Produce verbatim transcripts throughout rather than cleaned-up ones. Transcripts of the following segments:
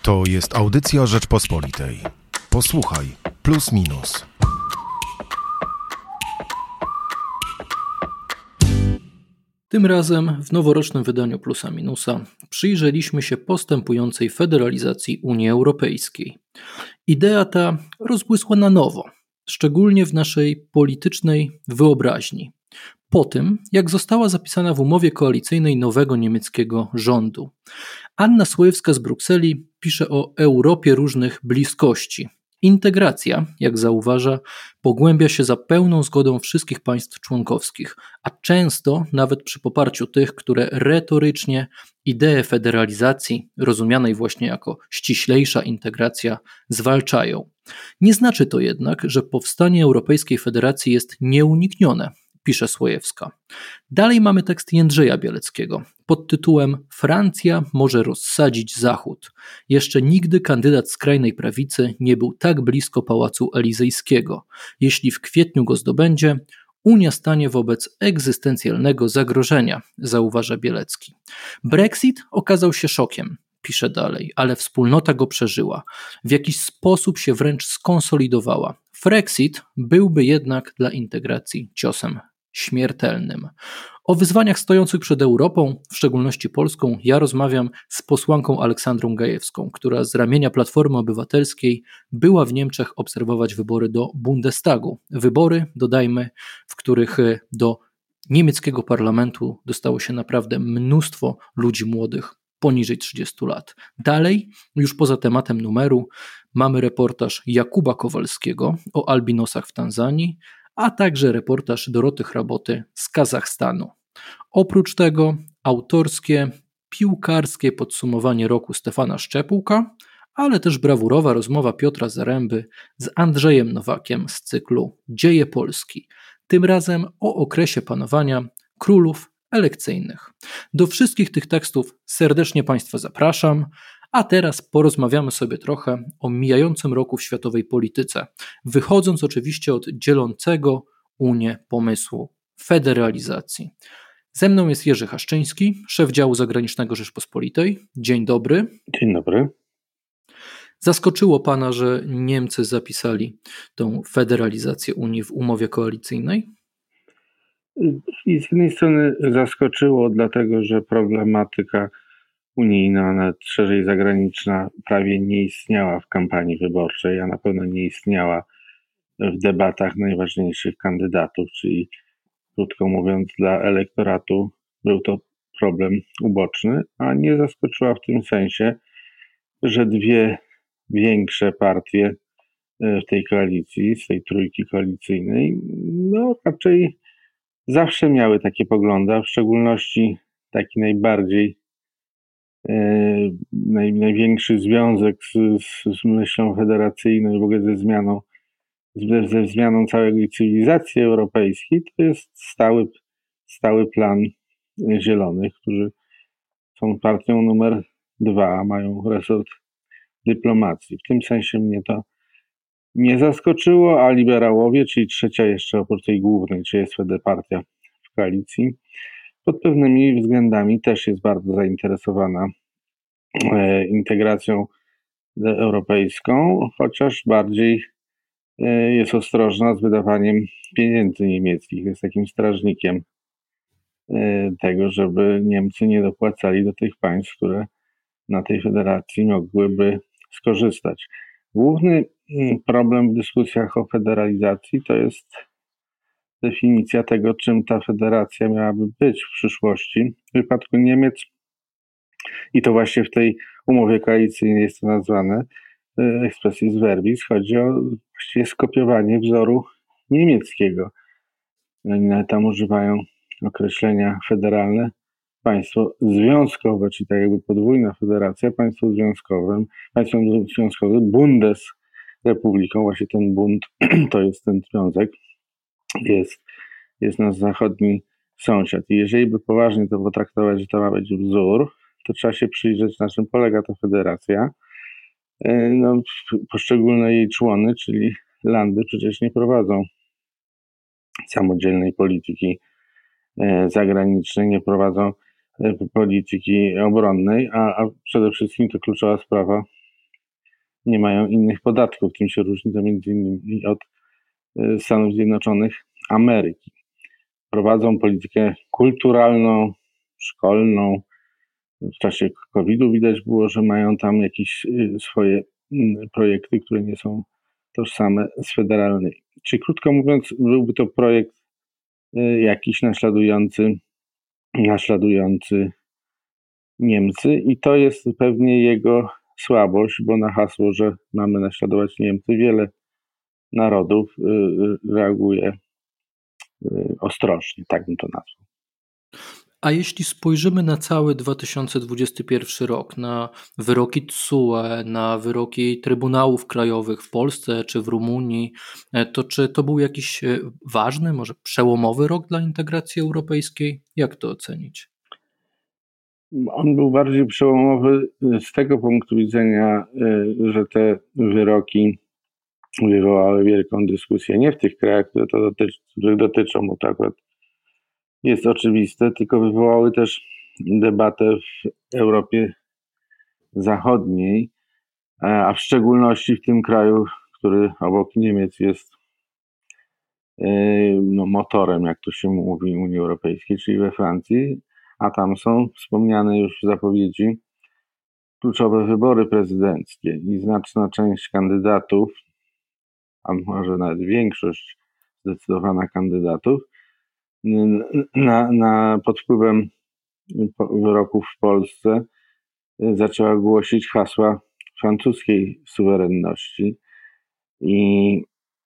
To jest audycja Rzeczpospolitej. Posłuchaj, plus minus. Tym razem w noworocznym wydaniu Plusa Minusa przyjrzeliśmy się postępującej federalizacji Unii Europejskiej. Idea ta rozbłysła na nowo, szczególnie w naszej politycznej wyobraźni. Po tym, jak została zapisana w umowie koalicyjnej nowego niemieckiego rządu. Anna Słojewska z Brukseli pisze o Europie różnych bliskości. Integracja, jak zauważa, pogłębia się za pełną zgodą wszystkich państw członkowskich, a często nawet przy poparciu tych, które retorycznie ideę federalizacji, rozumianej właśnie jako ściślejsza integracja, zwalczają. Nie znaczy to jednak, że powstanie Europejskiej Federacji jest nieuniknione, pisze Słojewska. Dalej mamy tekst Jędrzeja Bieleckiego pod tytułem Francja może rozsadzić Zachód. Jeszcze nigdy kandydat skrajnej prawicy nie był tak blisko Pałacu Elizejskiego. Jeśli w kwietniu go zdobędzie, Unia stanie wobec egzystencjalnego zagrożenia, zauważa Bielecki. Brexit okazał się szokiem, pisze dalej, ale wspólnota go przeżyła. W jakiś sposób się wręcz skonsolidowała. Frexit byłby jednak dla integracji ciosem śmiertelnym. O wyzwaniach stojących przed Europą, w szczególności Polską, ja rozmawiam z posłanką Aleksandrą Gajewską, która z ramienia Platformy Obywatelskiej była w Niemczech obserwować wybory do Bundestagu. Wybory, dodajmy, w których do niemieckiego parlamentu dostało się naprawdę mnóstwo ludzi młodych, poniżej trzydziestu lat. Dalej, już poza tematem numeru, mamy reportaż Jakuba Kowalskiego o albinosach w Tanzanii, a także reportaż Doroty Hraboty z Kazachstanu. Oprócz tego autorskie, piłkarskie podsumowanie roku Stefana Szczepułka, ale też brawurowa rozmowa Piotra Zaręby z Andrzejem Nowakiem z cyklu Dzieje Polski. Tym razem o okresie panowania królów elekcyjnych. Do wszystkich tych tekstów serdecznie Państwa zapraszam, a teraz porozmawiamy sobie trochę o mijającym roku w światowej polityce, wychodząc oczywiście od dzielącego Unię pomysłu federalizacji. Ze mną jest Jerzy Haszczyński, szef działu zagranicznego Rzeczpospolitej. Dzień dobry. Dzień dobry. Zaskoczyło Pana, że Niemcy zapisali tą federalizację Unii w umowie koalicyjnej? I z jednej strony zaskoczyło, dlatego że problematyka unijna, a nawet szerzej zagraniczna, prawie nie istniała w kampanii wyborczej, a na pewno nie istniała w debatach najważniejszych kandydatów, czyli krótko mówiąc dla elektoratu był to problem uboczny, a nie zaskoczyła w tym sensie, że dwie większe partie w tej koalicji, z tej trójki koalicyjnej, no raczej zawsze miały takie poglądy, a w szczególności taki najbardziej Naj, największy związek z, z, z myślą federacyjną i w ogóle ze zmianą, ze, ze zmianą całej cywilizacji europejskiej, to jest stały, stały plan Zielonych, którzy są partią numer dwa, mają resort dyplomacji. W tym sensie mnie to nie zaskoczyło, a liberałowie, czyli trzecia jeszcze oprócz tej głównej, czyli jest wtedy partia w koalicji, pod pewnymi względami też jest bardzo zainteresowana integracją europejską, chociaż bardziej jest ostrożna z wydawaniem pieniędzy niemieckich. Jest takim strażnikiem tego, żeby Niemcy nie dopłacali do tych państw, które na tej federacji mogłyby skorzystać. Główny problem w dyskusjach o federalizacji to jest definicja tego, czym ta federacja miałaby być w przyszłości. W przypadku Niemiec, i to właśnie w tej umowie koalicyjnej jest to nazwane expressis verbis, chodzi o właściwie skopiowanie wzoru niemieckiego. Oni tam używają określenia federalne, państwo związkowe, czyli tak jakby podwójna federacja, państwo związkowym, państwem związkowym, Bundesrepubliką, właśnie ten Bund to jest ten związek, jest, jest nasz zachodni sąsiad. I jeżeli by poważnie to potraktować, że to ma być wzór, to trzeba się przyjrzeć, na czym polega ta federacja. No, poszczególne jej człony, czyli landy, przecież nie prowadzą samodzielnej polityki zagranicznej, nie prowadzą polityki obronnej, a, a przede wszystkim to kluczowa sprawa nie mają innych podatków. Tym się różni to między innymi od Stanów Zjednoczonych Ameryki. Prowadzą politykę kulturalną, szkolną. W czasie kowida widać było, że mają tam jakieś swoje projekty, które nie są tożsame z federalnymi. Czyli krótko mówiąc, byłby to projekt jakiś naśladujący, naśladujący Niemcy i to jest pewnie jego słabość, bo na hasło, że mamy naśladować Niemcy, wiele narodów reaguje ostrożnie, tak bym to nazwał. A jeśli spojrzymy na cały dwa tysiące dwudziesty pierwszy rok, na wyroki T S U E, na wyroki Trybunałów Krajowych w Polsce czy w Rumunii, to czy to był jakiś ważny, może przełomowy rok dla integracji europejskiej? Jak to ocenić? On był bardziej przełomowy z tego punktu widzenia, że te wyroki wywołały wielką dyskusję. Nie w tych krajach, które to dotyczy, których dotyczą, bo to akurat jest oczywiste, tylko wywołały też debatę w Europie Zachodniej, a w szczególności w tym kraju, który obok Niemiec jest no, motorem, jak to się mówi, Unii Europejskiej, czyli we Francji, a tam są wspomniane już w zapowiedzi kluczowe wybory prezydenckie i znaczna część kandydatów, a może nawet większość zdecydowana kandydatów, na, na, pod wpływem wyroków w Polsce zaczęła głosić hasła francuskiej suwerenności i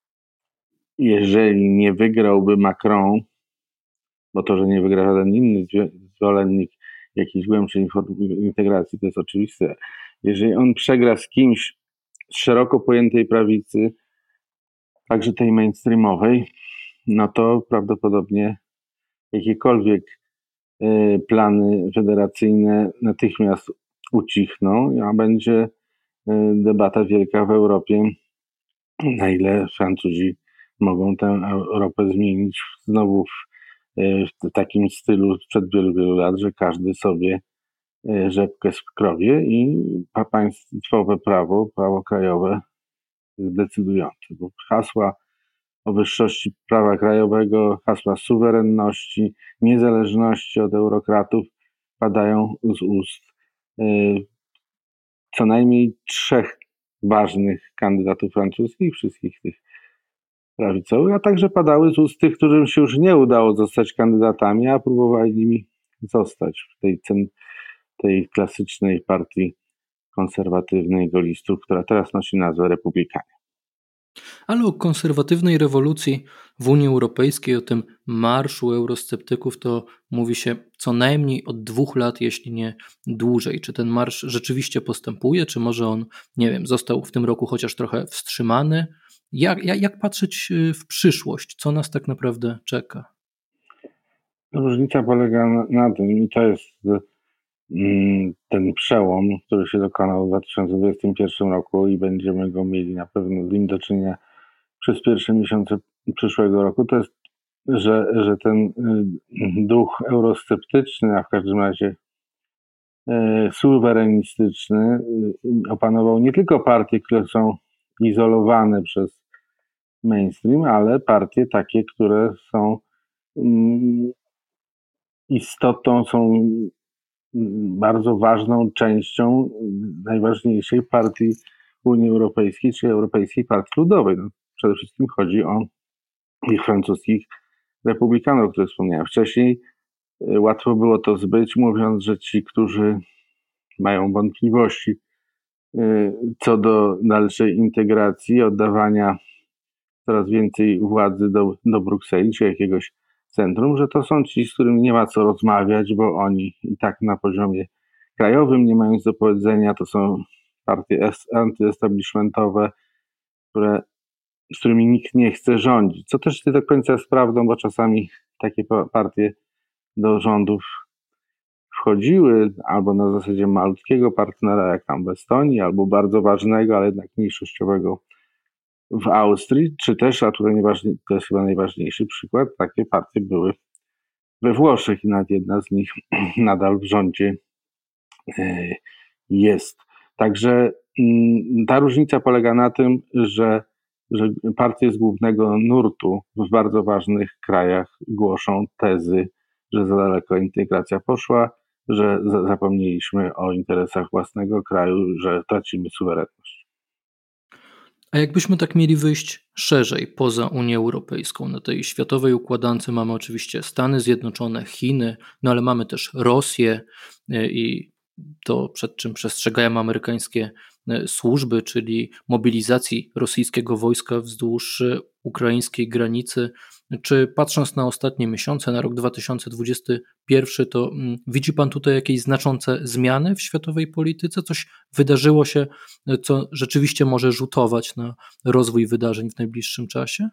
jeżeli nie wygrałby Macron, bo to, że nie wygra żaden inny zwolennik jakiejś głębszej integracji, to jest oczywiste. Jeżeli on przegra z kimś z szeroko pojętej prawicy, także tej mainstreamowej, no to prawdopodobnie jakiekolwiek y, plany federacyjne natychmiast ucichną, a będzie y, debata wielka w Europie, na ile Francuzi mogą tę Europę zmienić znowu w, y, w takim stylu sprzed wielu, wielu lat, że każdy sobie y, rzepkę skrobie i państwowe prawo, prawo krajowe jest decydujące, bo hasła o wyższości prawa krajowego, hasła suwerenności, niezależności od eurokratów padają z ust y, co najmniej trzech ważnych kandydatów francuskich, wszystkich tych prawicowych, a także padały z ust tych, którym się już nie udało zostać kandydatami, a próbowali nimi zostać w tej, tej klasycznej partii konserwatywnej golistów, która teraz nosi nazwę Republikanie. Ale o konserwatywnej rewolucji w Unii Europejskiej, o tym marszu eurosceptyków, to mówi się co najmniej od dwóch lat, jeśli nie dłużej. Czy ten marsz rzeczywiście postępuje, czy może on, nie wiem, został w tym roku chociaż trochę wstrzymany? Jak, jak, jak patrzeć w przyszłość? Co nas tak naprawdę czeka? Różnica polega na, na tym, i to jest mm, ten przełom, który się dokonał w dwa tysiące dwudziestym pierwszym roku i będziemy go mieli na pewno z nim do czynienia przez pierwsze miesiące przyszłego roku, to jest, że, że ten y, duch eurosceptyczny, a w każdym razie y, suwerenistyczny y, opanował nie tylko partie, które są izolowane przez mainstream, ale partie takie, które są y, istotą, są bardzo ważną częścią najważniejszej partii Unii Europejskiej, czyli Europejskiej Partii Ludowej. No, przede wszystkim chodzi o ich francuskich republikanów, o których wspomniałem wcześniej. Łatwo było to zbyć, mówiąc, że ci, którzy mają wątpliwości co do dalszej integracji, oddawania coraz więcej władzy do, do Brukseli czy jakiegoś centrum, że to są ci, z którymi nie ma co rozmawiać, bo oni i tak na poziomie krajowym nie mają nic do powiedzenia. To są partie antyestablishmentowe, które, z którymi nikt nie chce rządzić. Co też nie do końca jest prawdą, bo czasami takie partie do rządów wchodziły albo na zasadzie malutkiego partnera, jak tam w Estonii, albo bardzo ważnego, ale jednak mniejszościowego w Austrii, czy też, a tutaj to jest chyba najważniejszy przykład, takie partie były we Włoszech i nawet jedna z nich nadal w rządzie jest. Także ta różnica polega na tym, że, że partie z głównego nurtu w bardzo ważnych krajach głoszą tezy, że za daleko integracja poszła, że zapomnieliśmy o interesach własnego kraju, że tracimy suwerenność. A jakbyśmy tak mieli wyjść szerzej, poza Unię Europejską, na tej światowej układance mamy oczywiście Stany Zjednoczone, Chiny, no ale mamy też Rosję i to, przed czym przestrzegają amerykańskie służby, czyli mobilizacji rosyjskiego wojska wzdłuż ukraińskiej granicy. Czy patrząc na ostatnie miesiące, na rok dwa tysiące dwudziesty pierwszy, to mm, widzi Pan tutaj jakieś znaczące zmiany w światowej polityce? Coś wydarzyło się, co rzeczywiście może rzutować na rozwój wydarzeń w najbliższym czasie?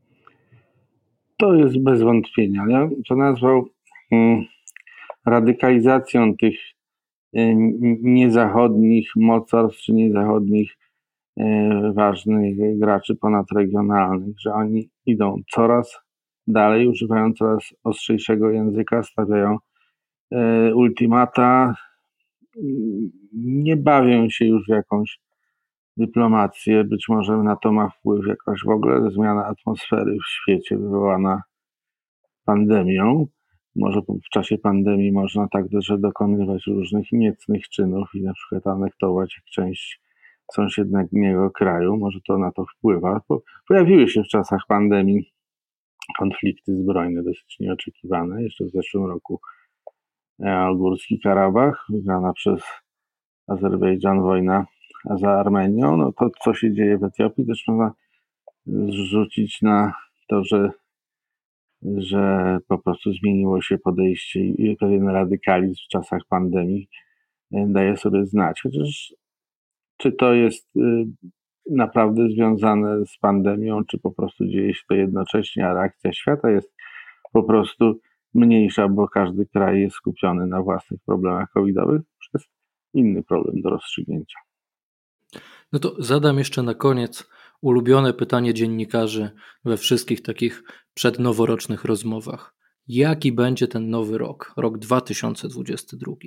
To jest bez wątpienia. Ja to nazwał hmm, radykalizacją tych niezachodnich mocarstw czy niezachodnich ważnych graczy ponadregionalnych, że oni idą coraz dalej, używają coraz ostrzejszego języka, stawiają ultimata, nie bawią się już w jakąś dyplomację, być może na to ma wpływ jakaś w ogóle zmiana atmosfery w świecie wywołana pandemią. Może w czasie pandemii można także dokonywać różnych niecnych czynów i na przykład anektować część sąsiedniego kraju. Może to na to wpływa. Pojawiły się w czasach pandemii konflikty zbrojne dosyć nieoczekiwane. Jeszcze w zeszłym roku o Górski Karabach, wygrana przez Azerbejdżan wojna za Armenią. No to, co się dzieje w Etiopii, też można zrzucić na to, że że po prostu zmieniło się podejście i pewien radykalizm w czasach pandemii daje sobie znać. Chociaż czy to jest naprawdę związane z pandemią, czy po prostu dzieje się to jednocześnie, a reakcja świata jest po prostu mniejsza, bo każdy kraj jest skupiony na własnych problemach covidowych, to jest inny problem do rozstrzygnięcia. No to zadam jeszcze na koniec ulubione pytanie dziennikarzy we wszystkich takich przednoworocznych rozmowach. Jaki będzie ten nowy rok, rok dwa tysiące dwudziesty drugi?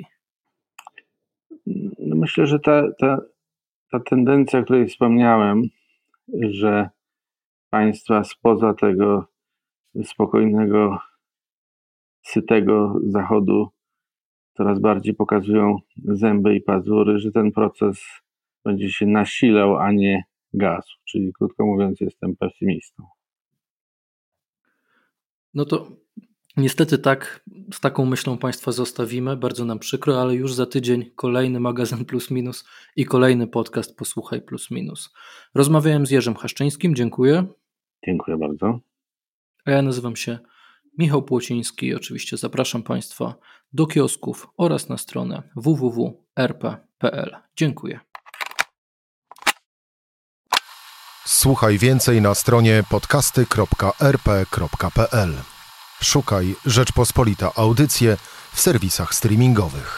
Myślę, że ta, ta, ta tendencja, o której wspomniałem, że państwa spoza tego spokojnego, sytego zachodu coraz bardziej pokazują zęby i pazury, że ten proces będzie się nasilał, a nie gasł. Czyli krótko mówiąc, jestem pesymistą. No to niestety tak, z taką myślą Państwa zostawimy. Bardzo nam przykro, ale już za tydzień kolejny magazyn Plus Minus i kolejny podcast Posłuchaj Plus Minus. Rozmawiałem z Jerzym Haszczyńskim. Dziękuję. Dziękuję bardzo. A ja nazywam się Michał Płociński i oczywiście zapraszam Państwa do kiosków oraz na stronę w w w kropka r p kropka p l. Dziękuję. Słuchaj więcej na stronie podcasty kropka r p kropka p l. Szukaj Rzeczpospolita Audycje w serwisach streamingowych.